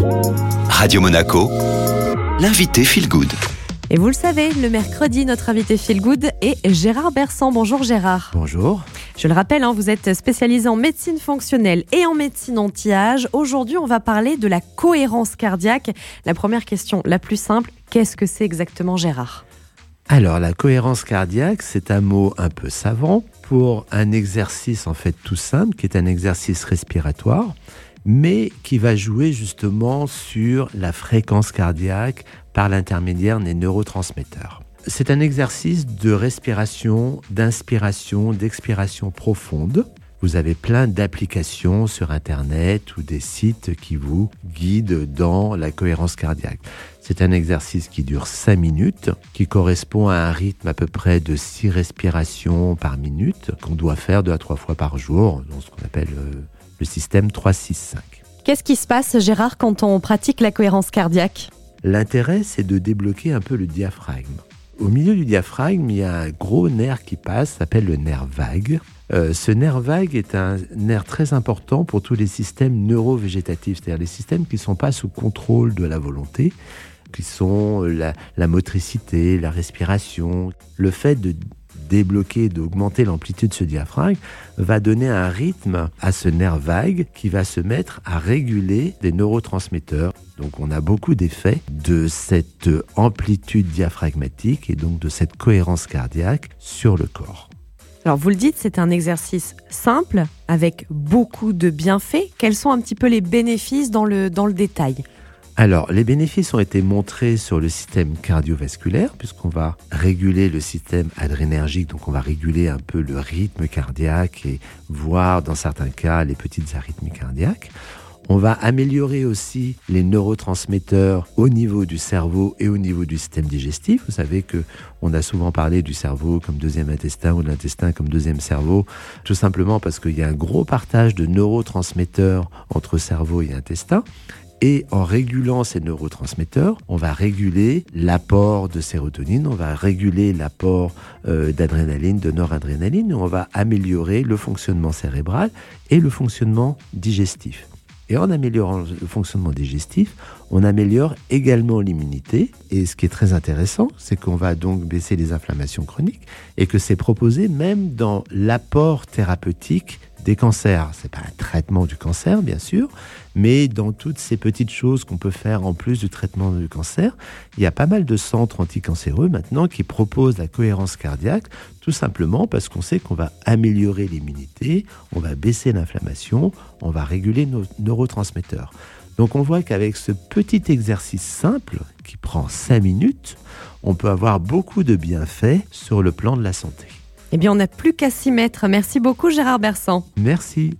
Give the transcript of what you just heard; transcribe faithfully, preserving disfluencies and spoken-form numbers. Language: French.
Radio Monaco, l'invité Feel Good. Et vous le savez, le mercredi, notre invité Feel Good est Gérard Bersan. Bonjour Gérard. Bonjour. Je le rappelle, hein, vous êtes spécialisé en médecine fonctionnelle et en médecine anti-âge. Aujourd'hui, on va parler de la cohérence cardiaque. La première question, la plus simple, qu'est-ce que c'est exactement Gérard ? Alors, la cohérence cardiaque, c'est un mot un peu savant pour un exercice en fait tout simple, qui est un exercice respiratoire, mais qui va jouer justement sur la fréquence cardiaque par l'intermédiaire des neurotransmetteurs. C'est un exercice de respiration, d'inspiration, d'expiration profonde. Vous avez plein d'applications sur Internet ou des sites qui vous guident dans la cohérence cardiaque. C'est un exercice qui dure cinq minutes, qui correspond à un rythme à peu près de six respirations par minute, qu'on doit faire deux à trois fois par jour, dans ce qu'on appelle le système trois six cinq. Qu'est-ce qui se passe, Gérard, quand on pratique la cohérence cardiaque ? L'intérêt, c'est de débloquer un peu le diaphragme. Au milieu du diaphragme, il y a un gros nerf qui passe, ça s'appelle le nerf vague. Euh, ce nerf vague est un nerf très important pour tous les systèmes neurovégétatifs, c'est-à-dire les systèmes qui ne sont pas sous contrôle de la volonté, qui sont la, la motricité, la respiration. Le fait de débloquer, d'augmenter l'amplitude de ce diaphragme va donner un rythme à ce nerf vague qui va se mettre à réguler des neurotransmetteurs. Donc on a beaucoup d'effets de cette amplitude diaphragmatique et donc de cette cohérence cardiaque sur le corps. Alors vous le dites, c'est un exercice simple avec beaucoup de bienfaits. Quels sont un petit peu les bénéfices dans le, dans le détail ? Alors, les bénéfices ont été montrés sur le système cardiovasculaire, puisqu'on va réguler le système adrénergique, donc on va réguler un peu le rythme cardiaque et voir, dans certains cas, les petites arythmies cardiaques. On va améliorer aussi les neurotransmetteurs au niveau du cerveau et au niveau du système digestif. Vous savez qu'on a souvent parlé du cerveau comme deuxième intestin ou de l'intestin comme deuxième cerveau, tout simplement parce qu'il y a un gros partage de neurotransmetteurs entre cerveau et intestin. Et en régulant ces neurotransmetteurs, on va réguler l'apport de sérotonine, on va réguler l'apport euh, d'adrénaline, de noradrénaline, et on va améliorer le fonctionnement cérébral et le fonctionnement digestif. Et en améliorant le fonctionnement digestif, on améliore également l'immunité. Et ce qui est très intéressant, c'est qu'on va donc baisser les inflammations chroniques et que c'est proposé même dans l'apport thérapeutique des cancers. Ce n'est pas un traitement du cancer, bien sûr, mais dans toutes ces petites choses qu'on peut faire en plus du traitement du cancer, il y a pas mal de centres anticancéreux maintenant qui proposent la cohérence cardiaque, tout simplement parce qu'on sait qu'on va améliorer l'immunité, on va baisser l'inflammation, on va réguler nos neurotransmetteurs. Donc on voit qu'avec ce petit exercice simple, qui prend cinq minutes, on peut avoir beaucoup de bienfaits sur le plan de la santé. Eh bien, on n'a plus qu'à s'y mettre. Merci beaucoup Gérard Bersan. Merci.